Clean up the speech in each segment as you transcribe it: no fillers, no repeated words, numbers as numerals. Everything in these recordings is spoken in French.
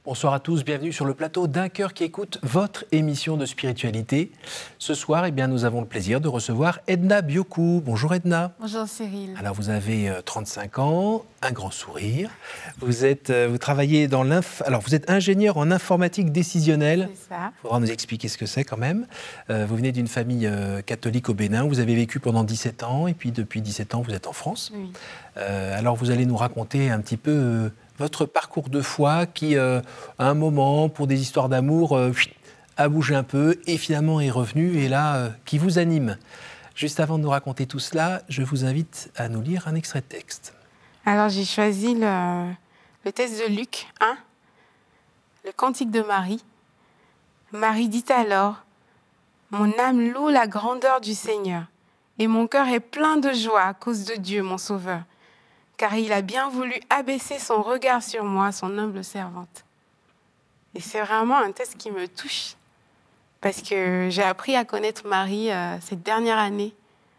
Bonsoir à tous, bienvenue sur le plateau d'Un cœur qui écoute votre émission de spiritualité. Ce soir, nous avons le plaisir de recevoir Edna Biokou. Bonjour Edna. Bonjour Cyril. Alors vous avez 35 ans, un grand sourire. Vous travaillez dans vous êtes ingénieur en informatique décisionnelle. C'est ça. Il faudra nous expliquer ce que c'est quand même. Vous venez d'une famille catholique au Bénin. Vous avez vécu pendant 17 ans et puis depuis 17 ans, vous êtes en France. Oui. Alors vous allez nous raconter un petit peu votre parcours de foi qui, à un moment, pour des histoires d'amour, a bougé un peu et finalement est revenu et là, qui vous anime. Juste avant de nous raconter tout cela, je vous invite à nous lire un extrait de texte. Alors j'ai choisi le texte de Luc 1, le Cantique de Marie. Marie dit alors, « Mon âme loue la grandeur du Seigneur, et mon cœur est plein de joie à cause de Dieu, mon Sauveur, car il a bien voulu abaisser son regard sur moi, son humble servante. » Et c'est vraiment un texte qui me touche, parce que j'ai appris à connaître Marie cette dernière année,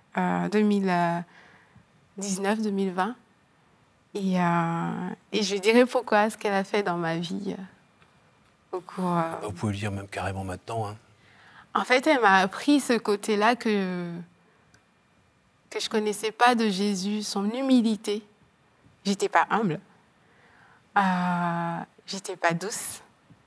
2019-2020. Et je dirais pourquoi, ce qu'elle a fait dans ma vie au cours... Vous pouvez le dire même carrément maintenant. Hein. En fait, elle m'a appris ce côté-là que je ne connaissais pas de Jésus, son humilité. J'étais pas humble, j'étais pas douce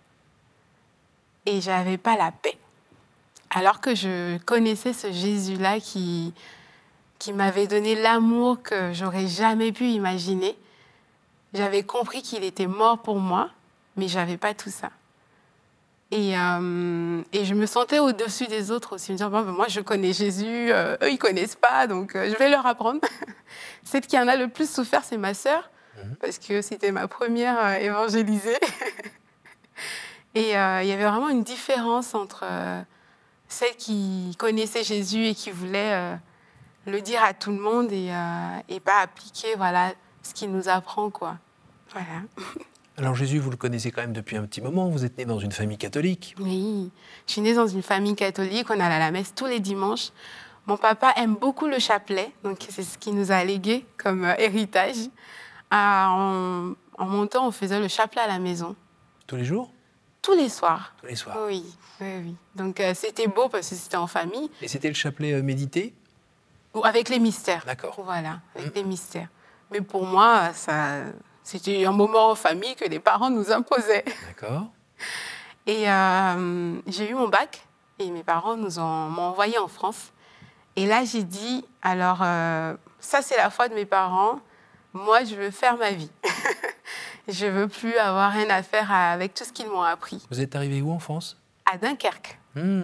et j'avais pas la paix. Alors que je connaissais ce Jésus-là qui m'avait donné l'amour que j'aurais jamais pu imaginer. J'avais compris qu'il était mort pour moi, mais j'avais pas tout ça. Et je me sentais au-dessus des autres aussi, me disant, bon, moi je connais Jésus, eux ils connaissent pas, donc je vais leur apprendre. Celle qui en a le plus souffert, c'est ma sœur, parce que c'était ma première évangélisée. Et il y avait vraiment une différence entre celle qui connaissait Jésus et qui voulait le dire à tout le monde et pas appliquer ce qu'il nous apprend, quoi. Voilà. Alors Jésus, vous le connaissez quand même depuis un petit moment, vous êtes né dans une famille catholique. Oui, je suis née dans une famille catholique, on allait à la messe tous les dimanches. Mon papa aime beaucoup le chapelet, donc c'est ce qu'il nous a légué comme héritage. En montant, on faisait le chapelet à la maison. Tous les jours ? Tous les soirs. Tous les soirs. Oui. Donc c'était beau parce que c'était en famille. Et c'était le chapelet médité ? Avec les mystères. D'accord. Voilà, avec les mystères. Mais pour moi, c'était un moment en famille que les parents nous imposaient. D'accord. Et j'ai eu mon bac et mes parents m'ont envoyé en France. Et là, j'ai dit, alors, ça, c'est la foi de mes parents. Moi, je veux faire ma vie. Je ne veux plus avoir rien à faire avec tout ce qu'ils m'ont appris. Vous êtes arrivé où en France ? À Dunkerque.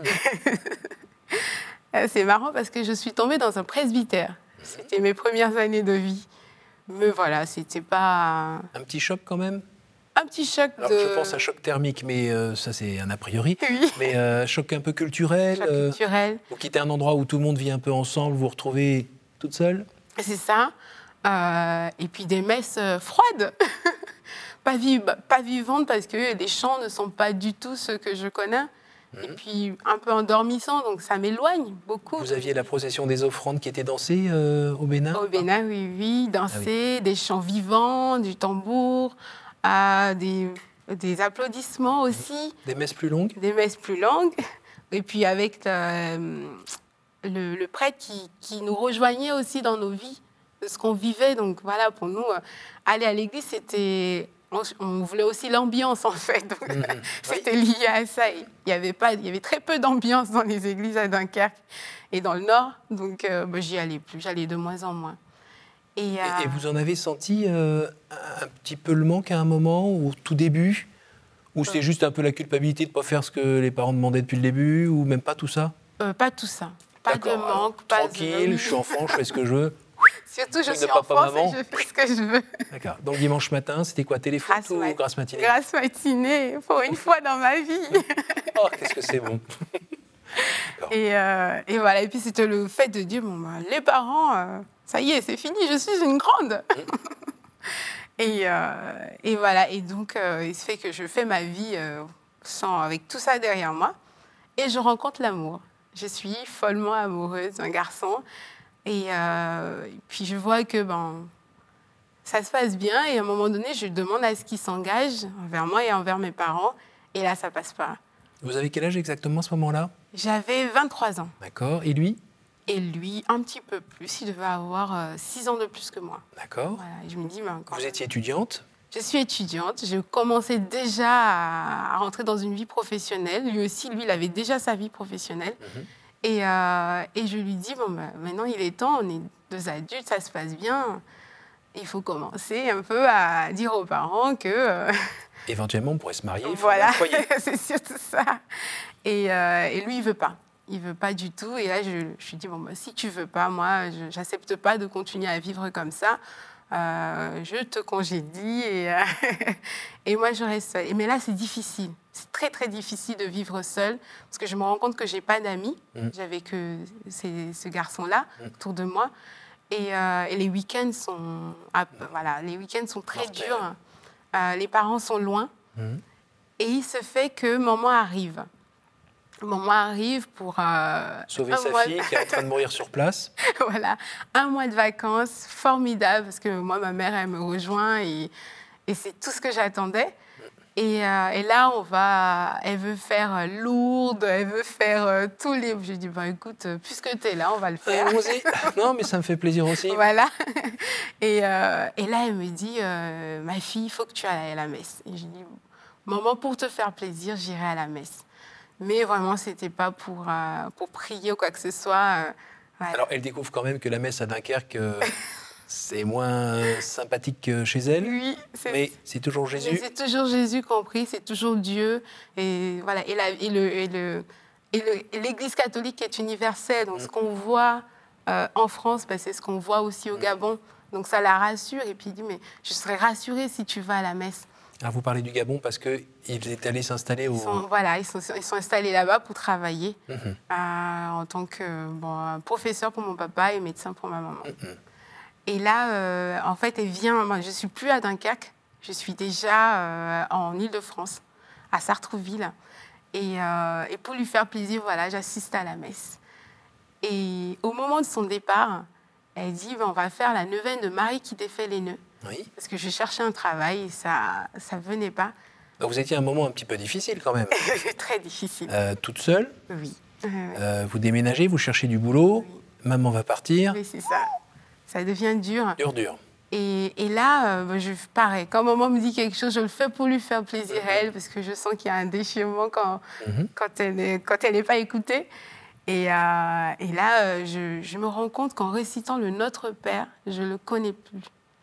C'est marrant parce que je suis tombée dans un presbytère. C'était mes premières années de vie. Mais voilà, c'était pas... Un petit choc quand même ? Un petit choc Alors, je pense à choc thermique, mais ça c'est un a priori. Oui. Mais choc un peu culturel. Choc culturel. Vous quittez un endroit où tout le monde vit un peu ensemble, vous vous retrouvez toute seule ? C'est ça. Et puis des messes froides. pas vivantes parce que les chants ne sont pas du tout ceux que je connais. Et puis un peu endormissant, donc ça m'éloigne beaucoup. Vous aviez la procession des offrandes qui était dansée au Bénin ? Au Bénin, oui. Danser, des chants vivants, du tambour, des applaudissements aussi. Des messes plus longues ? Des messes plus longues. Et puis avec le prêtre qui nous rejoignait aussi dans nos vies, de ce qu'on vivait. Donc voilà, pour nous, aller à l'église, c'était... On voulait aussi l'ambiance, en fait. Donc, c'était lié à ça. Il y avait très peu d'ambiance dans les églises à Dunkerque et dans le Nord. Donc, j'y allais plus. J'allais de moins en moins. Et vous en avez senti un petit peu le manque à un moment, au tout début ? Ou c'était juste un peu la culpabilité de ne pas faire ce que les parents demandaient depuis le début ? Ou même pas tout ça ? Pas tout ça. Pas de manque. Alors, pas tranquille, je suis enfant, je fais ce que je veux. Surtout, je suis papa, enfant maman. et je fais ce que je veux. D'accord. Donc dimanche matin, c'était quoi, téléfoot ou grasse matinée ? Grasse matinée, pour une fois dans ma vie. Oh, qu'est-ce que c'est bon. Et voilà. Et puis c'était le fait de dire, les parents, ça y est, c'est fini, je suis une grande. Et voilà. Et donc, il se fait que je fais ma vie avec tout ça derrière moi. Et je rencontre l'amour. Je suis follement amoureuse d'un garçon. Et puis je vois que Ça se passe bien et à un moment donné, je demande à ce qu'il s'engage envers moi et envers mes parents. Et là, ça passe pas. Vous avez quel âge exactement à ce moment-là? J'avais 23 ans. D'accord. Et lui? Et lui, un petit peu plus. Il devait avoir 6 ans de plus que moi. D'accord. Voilà. Et je me dis, mais quand Vous même. étiez étudiante? Je suis étudiante. Je commençais déjà à rentrer dans une vie professionnelle. Lui aussi, il avait déjà sa vie professionnelle. Et je lui dis, bon, maintenant, il est temps. On est 2 adultes, ça se passe bien. Il faut commencer un peu à dire aux parents que... Éventuellement, on pourrait se marier, voilà, fonder un foyer. c'est surtout ça. Et lui, il veut pas. Il veut pas du tout. Et là, je lui dis, bon, si tu veux pas, moi, j'accepte pas de continuer à vivre comme ça. Je te congédie et moi, je reste seule. Mais là, c'est difficile. C'est très, très difficile de vivre seule parce que je me rends compte que j'ai pas d'amis. J'avais que ce garçon-là autour de moi. Et les week-ends sont, les week-ends sont très durs. Les parents sont loin. Et il se fait que maman arrive. Maman arrive pour... sauver sa fille qui est en train de mourir sur place. Voilà, 1 mois de vacances, formidable, parce que moi, ma mère, elle me rejoint et c'est tout ce que j'attendais. Et là, elle veut faire Lourdes, elle veut faire tous les... Je dis, écoute, puisque tu es là, on va le faire. Non, mais ça me fait plaisir aussi. Voilà. Et là, elle me dit, ma fille, il faut que tu ailles à la messe. Et je dis, maman, pour te faire plaisir, j'irai à la messe. Mais vraiment, ce n'était pas pour prier ou quoi que ce soit. Voilà. Alors, elle découvre quand même que la messe à Dunkerque... c'est moins sympathique que chez elle, oui, mais c'est toujours Jésus. C'est toujours Jésus compris, c'est toujours Dieu. Et voilà, et l'Église catholique est universelle. Donc, ce qu'on voit en France, c'est ce qu'on voit aussi au Gabon. Donc, ça la rassure. Et puis, il dit, mais je serais rassurée si tu vas à la messe. Alors, vous parlez du Gabon parce qu'ils étaient allés s'installer au... Ils sont installés là-bas pour travailler en tant que professeur pour mon papa et médecin pour ma maman. Et là, en fait, elle vient... Moi, je ne suis plus à Dunkerque. Je suis déjà en Île-de-France, à Sartrouville. Et pour lui faire plaisir, voilà, j'assiste à la messe. Et au moment de son départ, elle dit, on va faire la neuvaine de Marie qui défait les nœuds. Oui. Parce que je cherchais un travail et ça ne venait pas. Donc, vous étiez à un moment un petit peu difficile quand même. Très difficile. Toute seule. Oui. Vous déménagez, vous cherchez du boulot. Oui. Maman va partir. Oui, c'est ça. Ça devient dur. Dur. Et là, pareil, quand maman me dit quelque chose, je le fais pour lui faire plaisir à elle, parce que je sens qu'il y a un déchirement quand elle n'est pas écoutée. Et là, je me rends compte qu'en récitant le Notre Père, je ne le connais plus.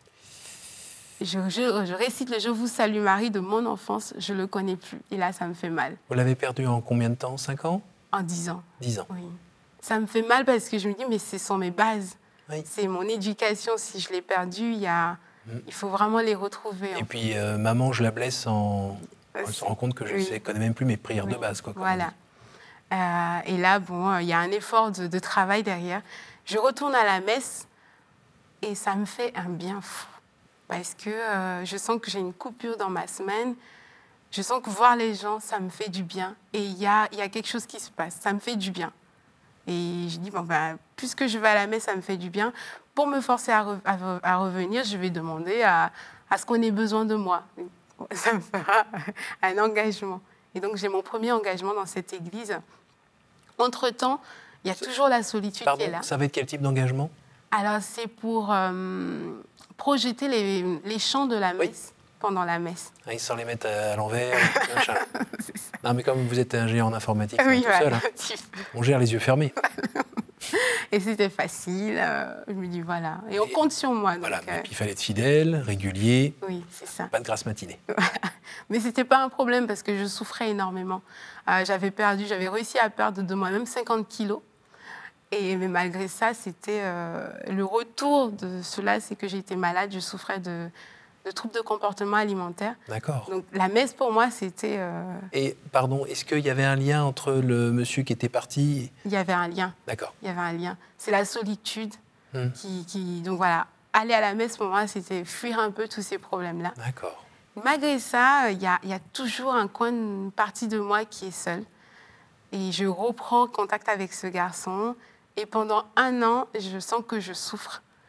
Je récite le « Je vous salue Marie » de mon enfance, je ne le connais plus. Et là, ça me fait mal. Vous l'avez perdu en combien de temps? 5 ans? En 10 ans. 10 ans. Oui. Ça me fait mal parce que je me dis, mais ce sont mes bases. Oui. C'est mon éducation. Si je l'ai perdue, il faut vraiment les retrouver. Et puis, maman, je la blesse on se rend compte que je ne connais même plus mes prières de base. Voilà. Et là, il y a un effort de travail derrière. Je retourne à la messe et ça me fait un bien fou. Parce que je sens que j'ai une coupure dans ma semaine. Je sens que voir les gens, ça me fait du bien. Et il y a quelque chose qui se passe. Ça me fait du bien. Et je dis, puisque je vais à la messe, ça me fait du bien. Pour me forcer à revenir, je vais demander à ce qu'on ait besoin de moi. Ça me fera un engagement. Et donc, j'ai mon premier engagement dans cette église. Entre-temps, il y a toujours la solitude qui est là. Ça va être quel type d'engagement? Alors, c'est pour projeter les chants de la messe pendant la messe. Ah, sans les mettre à l'envers. C'est ça. Non, mais comme vous êtes ingénieur en informatique, oui, tout seul, on gère les yeux fermés. Et c'était facile. Je me dis, voilà. Et on compte sur moi. Donc, voilà, et puis il fallait être fidèle, régulier. Oui, c'est ça. Pas de grasse matinée. Mais ce n'était pas un problème parce que je souffrais énormément. J'avais réussi à perdre de moi-même 50 kilos. Mais malgré ça, c'était le retour de cela, c'est que j'étais malade, je souffrais de troubles de comportement alimentaire. D'accord. Donc la messe, pour moi, c'était... Et pardon, est-ce qu'il y avait un lien entre le monsieur qui était parti? Il y avait un lien. D'accord. Il y avait un lien. C'est la solitude qui... Donc voilà, aller à la messe, pour moi, c'était fuir un peu tous ces problèmes-là. D'accord. Malgré ça, il y a toujours une partie de moi qui est seule. Et je reprends contact avec ce garçon. Et pendant 1 an, je sens que je souffre.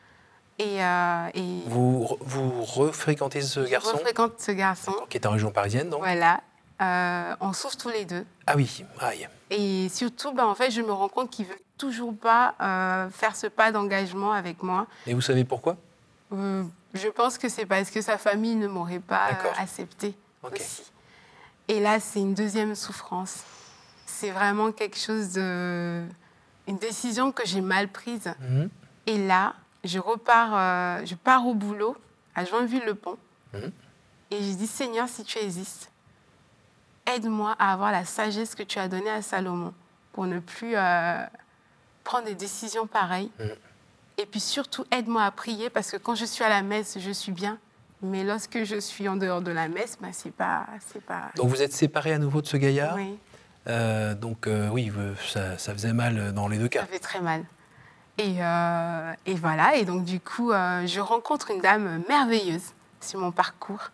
Et Vous refréquentez ce garçon? Je refréquente ce garçon. Qui est en région parisienne, donc? Voilà. On souffre tous les deux. Ah oui, aïe. Et surtout, en fait, je me rends compte qu'il ne veut toujours pas faire ce pas d'engagement avec moi. Et vous savez pourquoi? Je pense que c'est parce que sa famille ne m'aurait pas accepté aussi. Et là, c'est une deuxième souffrance. C'est vraiment quelque chose de... Une décision que j'ai mal prise. Et là, je pars au boulot à Joinville-le-Pont. Et je dis, Seigneur, si tu existes, aide-moi à avoir la sagesse que tu as donnée à Salomon pour ne plus prendre des décisions pareilles. Et puis surtout, aide-moi à prier parce que quand je suis à la messe, je suis bien. Mais lorsque je suis en dehors de la messe, c'est pas... Donc vous êtes séparés à nouveau de ce gaillard? Oui. Oui, ça faisait mal dans les deux cas. Ça fait très mal. Et voilà. Et donc du coup, je rencontre une dame merveilleuse sur mon parcours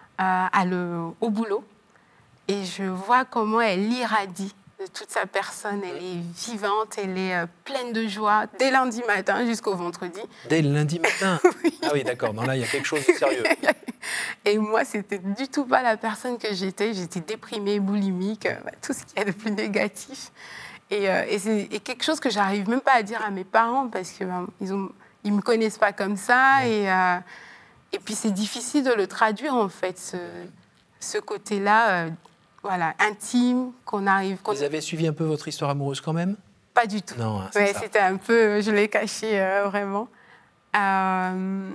au boulot. Et je vois comment elle irradie de toute sa personne. Elle est vivante, elle est pleine de joie, dès lundi matin jusqu'au vendredi. Dès le lundi matin? Oui. Ah oui, d'accord. Non, là, il y a quelque chose de sérieux. Et moi, c'était du tout pas la personne que j'étais. J'étais déprimée, boulimique, tout ce qu'il y a de plus négatif. Et c'est quelque chose que j'arrive même pas à dire à mes parents parce qu'ils me connaissent pas comme ça. Et puis, c'est difficile de le traduire, en fait, ce côté-là... Voilà, intime, qu'on arrive... Vous avez suivi un peu votre histoire amoureuse quand même? Pas du tout. Non, c'était un peu... Je l'ai caché vraiment. Elle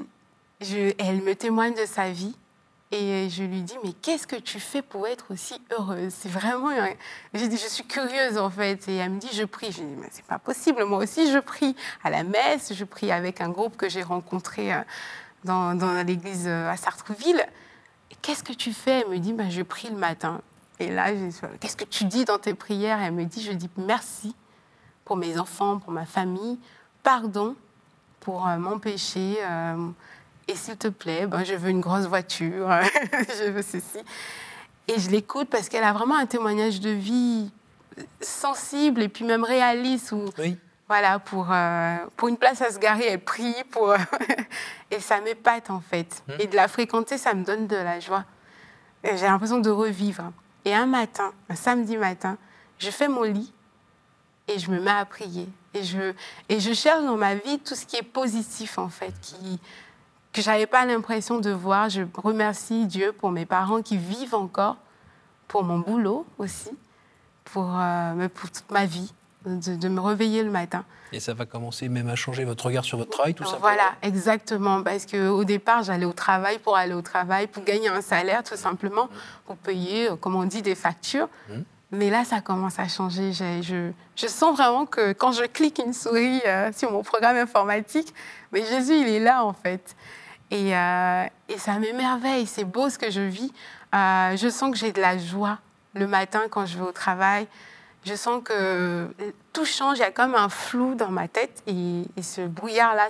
me témoigne de sa vie et je lui dis, mais qu'est-ce que tu fais pour être aussi heureuse? C'est vraiment... J'ai dit, je suis curieuse en fait. Et elle me dit, je prie. Je lui dis, mais c'est pas possible. Moi aussi, je prie à la messe. Je prie avec un groupe que j'ai rencontré dans l'église à Sartrouville. Et qu'est-ce que tu fais? Elle me dit, je prie le matin. Et là, je dis, qu'est-ce que tu dis dans tes prières? Elle me dit, je dis merci pour mes enfants, pour ma famille, pardon pour mon péché, et s'il te plaît, je veux une grosse voiture, je veux ceci. Et je l'écoute parce qu'elle a vraiment un témoignage de vie sensible et puis même réaliste. Où, voilà, pour une place à se garer, elle prie. Et ça m'épate en fait. Et de la fréquenter, ça me donne de la joie. Et j'ai l'impression de revivre. Et un samedi matin, je fais mon lit et je me mets à prier. Et je cherche dans ma vie tout ce qui est positif, en fait, que je n'avais pas l'impression de voir. Je remercie Dieu pour mes parents qui vivent encore, pour mon boulot aussi, pour toute ma vie, de me réveiller le matin. Et ça va commencer même à changer votre regard sur votre travail, tout simplement? Voilà, exactement. Parce qu'au départ, j'allais au travail pour aller au travail, pour gagner un salaire, tout simplement, pour payer, comme on dit, des factures. Mais là, ça commence à changer. Je sens vraiment que quand je clique une souris sur mon programme informatique, mais Jésus, il est là, en fait. Et ça m'émerveille. C'est beau ce que je vis. Je sens que j'ai de la joie le matin quand je vais au travail. Je sens que tout change, il y a comme un flou dans ma tête et ce brouillard-là,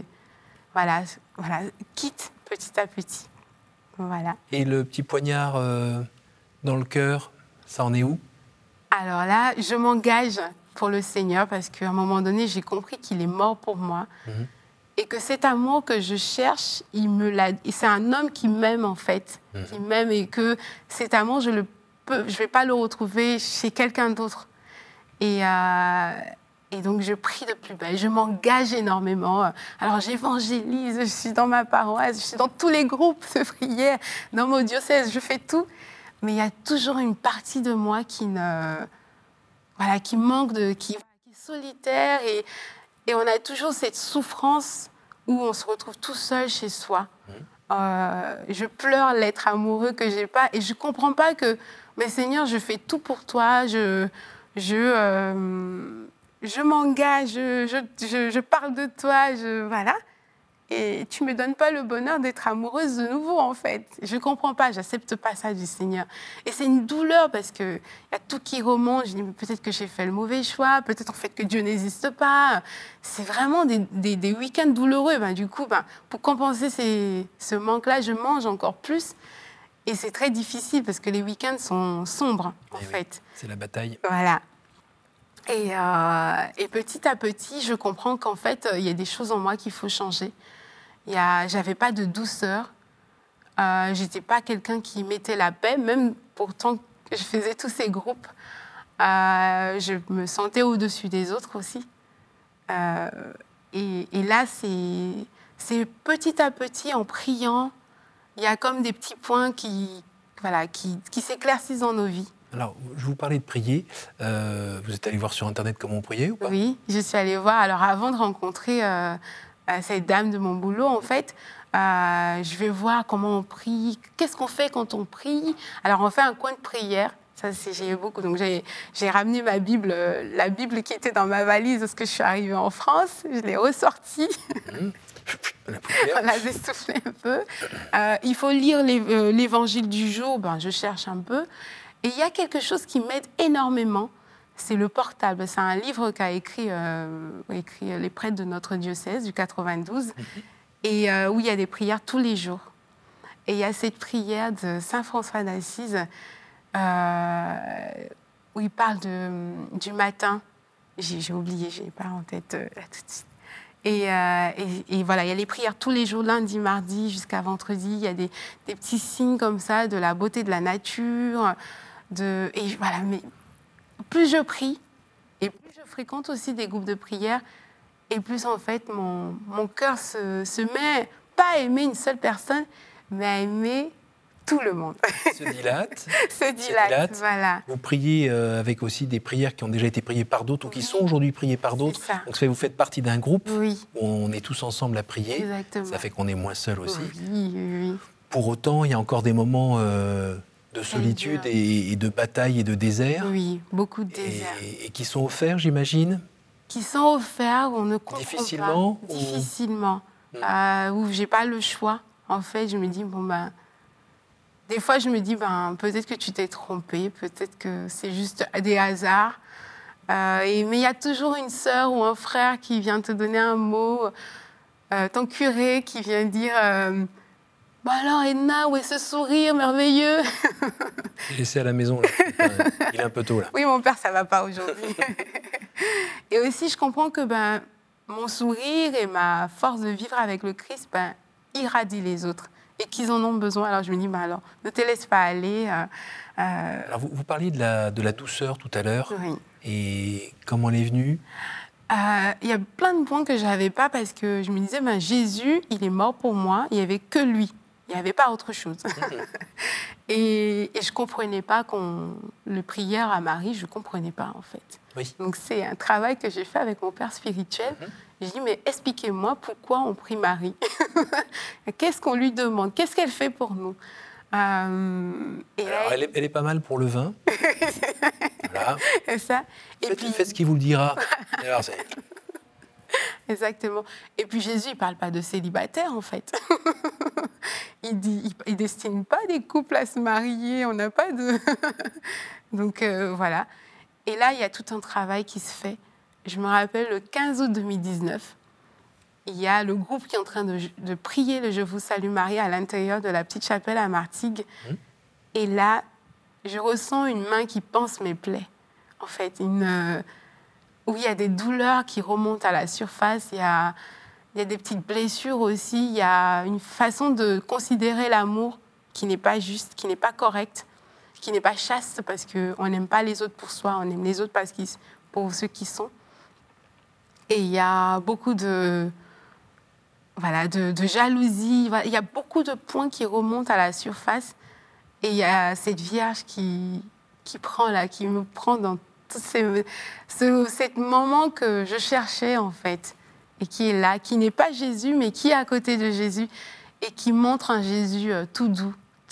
quitte petit à petit. Voilà. Et le petit poignard dans le cœur, ça en est où? Alors là, je m'engage pour le Seigneur parce qu'à un moment donné, j'ai compris qu'il est mort pour moi et que cet amour que je cherche, c'est un homme qui m'aime en fait, qui m'aime et que cet amour, je vais pas le retrouver chez quelqu'un d'autre. Et donc, je prie de plus belle. Je m'engage énormément. Alors, j'évangélise, je suis dans ma paroisse, je suis dans tous les groupes de prière, dans mon diocèse, je fais tout. Mais il y a toujours une partie de moi qui manque, qui est solitaire. Et on a toujours cette souffrance où on se retrouve tout seul chez soi. Je pleure l'être amoureux que j'ai pas et je comprends pas que, mais Seigneur, je fais tout pour toi, je m'engage, je parle de toi, voilà. Et tu me donnes pas le bonheur d'être amoureuse de nouveau, en fait. Je comprends pas, j'accepte pas ça du Seigneur. Et c'est une douleur parce que y a tout qui remonte. Je dis, mais peut-être que j'ai fait le mauvais choix, peut-être en fait que Dieu n'existe pas. C'est vraiment des week-ends douloureux. Du coup, pour compenser ce manque-là, je mange encore plus. Et c'est très difficile parce que les week-ends sont sombres, en fait. C'est la bataille. Voilà. Et petit à petit, je comprends qu'en fait, il y a des choses en moi qu'il faut changer. J'avais pas de douceur. J'étais pas quelqu'un qui mettait la paix, même pourtant je faisais tous ces groupes. Je me sentais au-dessus des autres aussi. Et là, c'est petit à petit, en priant, il y a comme des petits points qui s'éclaircissent dans nos vies. Alors, je vous parlais de prier. Vous êtes allé voir sur Internet comment on priait ou pas? Oui, je suis allée voir. Alors, avant de rencontrer cette dame de mon boulot, en fait, je vais voir comment on prie, qu'est-ce qu'on fait quand on prie. Alors, on fait un coin de prière. Ça, j'ai eu beaucoup. Donc, j'ai ramené ma Bible, la Bible qui était dans ma valise lorsque je suis arrivée en France. Je l'ai ressortie. On a essoufflé un peu. Il faut lire l'évangile du jour. Je cherche un peu. Et il y a quelque chose qui m'aide énormément. C'est le portable. C'est un livre qu'a écrit les prêtres de notre diocèse du 92. Et où il y a des prières tous les jours. Et il y a cette prière de Saint François d'Assise où il parle du matin. J'ai oublié, je n'ai pas en tête là tout de suite. Et voilà, il y a les prières tous les jours, lundi, mardi, jusqu'à vendredi. Il y a des petits signes comme ça de la beauté de la nature. Et voilà, mais plus je prie, et plus je fréquente aussi des groupes de prière, et plus en fait mon cœur se met, pas à aimer une seule personne, mais à aimer tout le monde. Se dilate. Se dilate, voilà. Vous priez avec aussi des prières qui ont déjà été priées par d'autres ou qui sont aujourd'hui priées par d'autres. Donc vous faites partie d'un groupe où on est tous ensemble à prier. Exactement. Ça fait qu'on est moins seul aussi. Oui. Pour autant, il y a encore des moments de solitude et de bataille et de désert. Oui, beaucoup de désert. Et qui sont offerts, j'imagine. Qui sont offerts, on ne comprend difficilement, pas. Difficilement. Où j'ai pas le choix. En fait, je me dis, des fois, je me dis, peut-être que tu t'es trompé, peut-être que c'est juste des hasards. Mais il y a toujours une sœur ou un frère qui vient te donner un mot, ton curé qui vient dire alors, Edna, où est ce sourire merveilleux? Laissez à la maison, là. Il est un peu tôt, là. Oui, mon père, ça ne va pas aujourd'hui. Et aussi, je comprends que mon sourire et ma force de vivre avec le Christ irradient les autres et qu'ils en ont besoin. Alors, je me dis, alors, ne te laisse pas aller. Alors, vous parliez de la douceur tout à l'heure. Oui. Et comment elle est venue? Il y a plein de points que je n'avais pas parce que je me disais, Jésus, il est mort pour moi, il n'y avait que lui. Il n'y avait pas autre chose. Et je ne comprenais pas le prière à Marie, je ne comprenais pas en fait. Oui. Donc c'est un travail que j'ai fait avec mon père spirituel. Je dis, mais expliquez-moi pourquoi on prie Marie. Qu'est-ce qu'on lui demande? Qu'est-ce qu'elle fait pour nous? Alors, elle est pas mal pour le vin. Voilà. C'est ça. Faites ce qu'il vous le dira. Alors, Exactement. Et puis Jésus, il ne parle pas de célibataire, en fait. Il ne destine pas des couples à se marier. On n'a pas de... Donc, voilà. Et là, il y a tout un travail qui se fait. Je me rappelle, le 15 août 2019, il y a le groupe qui est en train de prier le « Je vous salue Marie » à l'intérieur de la petite chapelle à Martigues. Et là, je ressens une main qui panse mes plaies. En fait, où il y a des douleurs qui remontent à la surface, il y a des petites blessures aussi, il y a une façon de considérer l'amour qui n'est pas juste, qui n'est pas correcte, qui n'est pas chaste, parce qu'on n'aime pas les autres pour soi, on aime les autres pour ceux qui sont. Et il y a beaucoup de jalousie, il y a beaucoup de points qui remontent à la surface, et il y a cette Vierge qui me prend dans cet moment que je cherchais en fait, et qui est là, qui n'est pas Jésus, mais qui est à côté de Jésus, et qui montre un Jésus tout doux,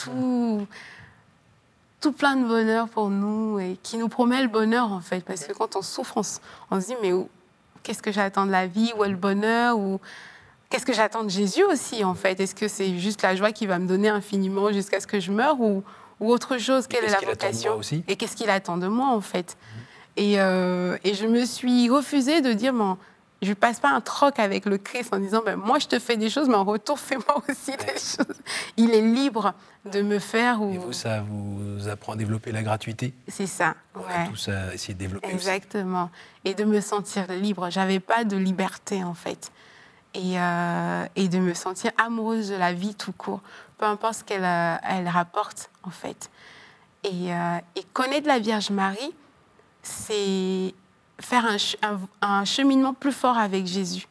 tout plein de bonheur pour nous, et qui nous promet le bonheur en fait, parce que quand on souffre, on se dit mais qu'est-ce que j'attends de la vie, où est le bonheur, ou qu'est-ce que j'attends de Jésus aussi en fait? Est-ce que c'est juste la joie qui va me donner infiniment jusqu'à ce que je meure, ou autre chose? Quelle est la vocation? Et qu'est-ce qu'il attend de moi en fait? Et je me suis refusée de dire, je ne passe pas un troc avec le Christ en disant, moi je te fais des choses, mais en retour, fais-moi aussi des choses. Il est libre de me faire. Et vous, ça vous apprend à développer la gratuité? C'est ça. On a tous à essayer de développer. Exactement. Aussi. Et de me sentir libre. Je n'avais pas de liberté en fait. et de me sentir amoureuse de la vie tout court, peu importe ce qu'elle elle rapporte, en fait. Et connaître la Vierge Marie, c'est faire un cheminement plus fort avec Jésus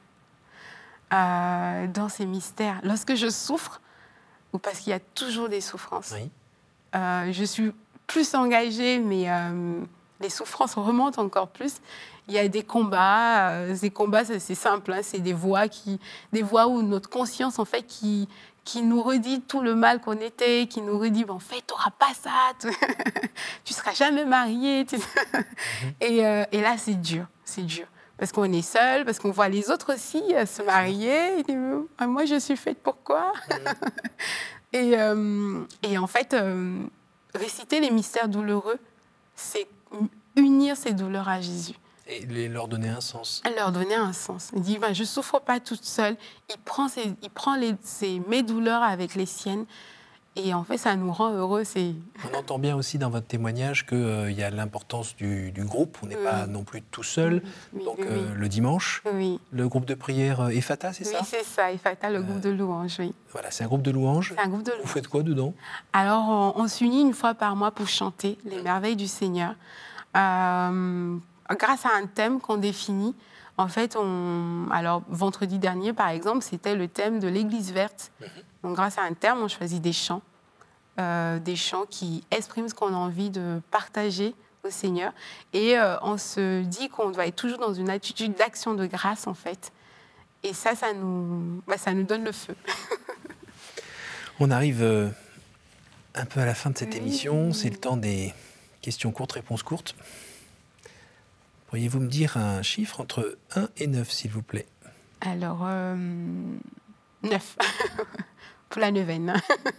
dans ces mystères. Lorsque je souffre, ou parce qu'il y a toujours des souffrances, Oui. Je suis plus engagée, mais les souffrances remontent encore plus. Il y a des combats. Ces combats, c'est simple, hein, c'est des voix où notre conscience, en fait, qui nous redit tout le mal qu'on était, qui nous redit, en fait, tu n'auras pas ça, tu ne seras jamais mariée. Et là, c'est dur. Parce qu'on est seul, parce qu'on voit les autres aussi se marier. Et moi, je suis faite pour quoi? Et en fait, réciter les mystères douloureux, c'est unir ces douleurs à Jésus. Et leur donner un sens. Leur donner un sens. Il dit, je ne souffre pas toute seule. Il prend mes douleurs avec les siennes. Et en fait, ça nous rend heureux. On entend bien aussi dans votre témoignage qu'il y a l'importance du groupe. On n'est pas non plus tout seul. Donc le dimanche, le ggroupe de prière Ephata, c'est ça? Oui, c'est ça, Ephata, le groupe de louanges, oui. Voilà, c'est un groupe de louanges. C'est un groupe de louanges. Vous faites quoi dedans? Alors, on s'unit une fois par mois pour chanter les merveilles du Seigneur. Grâce à un thème qu'on définit. En fait, alors vendredi dernier, par exemple, c'était le thème de l'Église verte. Donc, grâce à un thème, on choisit des chants qui expriment ce qu'on a envie de partager au Seigneur. Et on se dit qu'on doit être toujours dans une attitude d'action de grâce, en fait. Et ça nous donne le feu. On arrive un peu à la fin de cette émission. C'est le temps des questions courtes, réponses courtes. Pourriez-vous me dire un chiffre entre 1 et 9, s'il vous plaît? Alors, 9. Pour la neuvaine.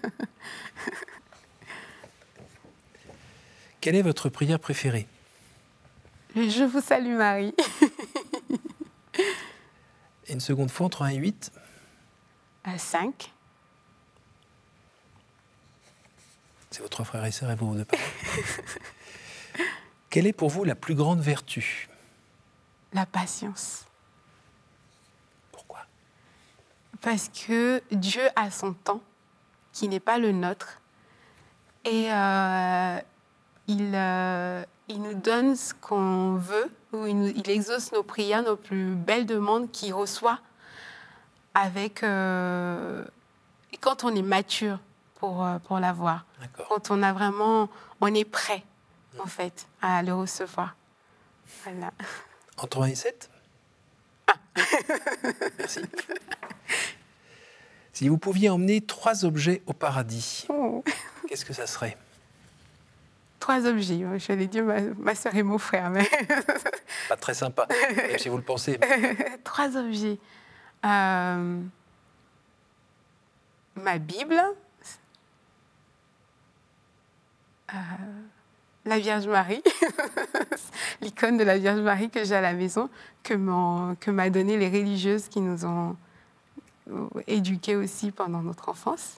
Quelle est votre prière préférée? Le Je vous salue Marie. Et une seconde fois, entre 1 et 8? 5. C'est votre frère et sœur et vos deux parents. Quelle est pour vous la plus grande vertu? La patience. Pourquoi? Parce que Dieu a son temps, qui n'est pas le nôtre. Et il nous donne ce qu'on veut, ou il exauce nos prières, nos plus belles demandes qu'il reçoit avec... et quand on est mature pour l'avoir. D'accord. Quand on est prêt, en fait, à le recevoir. Voilà. Entre 1 et 7? Merci. Si vous pouviez emmener 3 objets au paradis, qu'est-ce que ça serait? 3 objets. Je l'ai dit, ma soeur et mon frère. Mais... Pas très sympa, même si vous le pensez. 3 objets. Ma Bible. La Vierge Marie, l'icône de la Vierge Marie que j'ai à la maison, que m'a donné les religieuses qui nous ont éduqués aussi pendant notre enfance.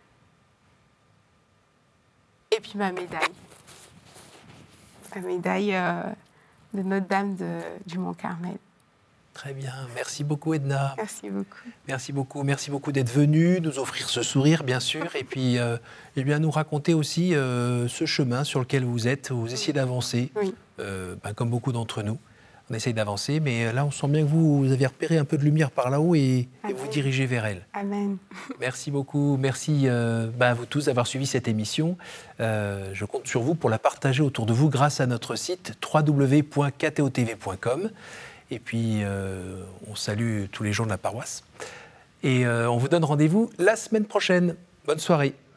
Et puis ma médaille. La médaille de Notre-Dame du Mont-Carmel. Très bien. Merci beaucoup, Edna. Merci beaucoup. Merci beaucoup. Merci beaucoup d'être venue, nous offrir ce sourire, bien sûr, et puis bien nous raconter aussi ce chemin sur lequel vous êtes. Vous essayez d'avancer, Oui. Comme beaucoup d'entre nous. On essaye d'avancer, mais là, on sent bien que vous avez repéré un peu de lumière par là-haut et vous dirigez vers elle. Amen. Merci beaucoup. Merci à vous tous d'avoir suivi cette émission. Je compte sur vous pour la partager autour de vous grâce à notre site www.ktotv.com. Et puis, on salue tous les gens de la paroisse. Et on vous donne rendez-vous la semaine prochaine. Bonne soirée.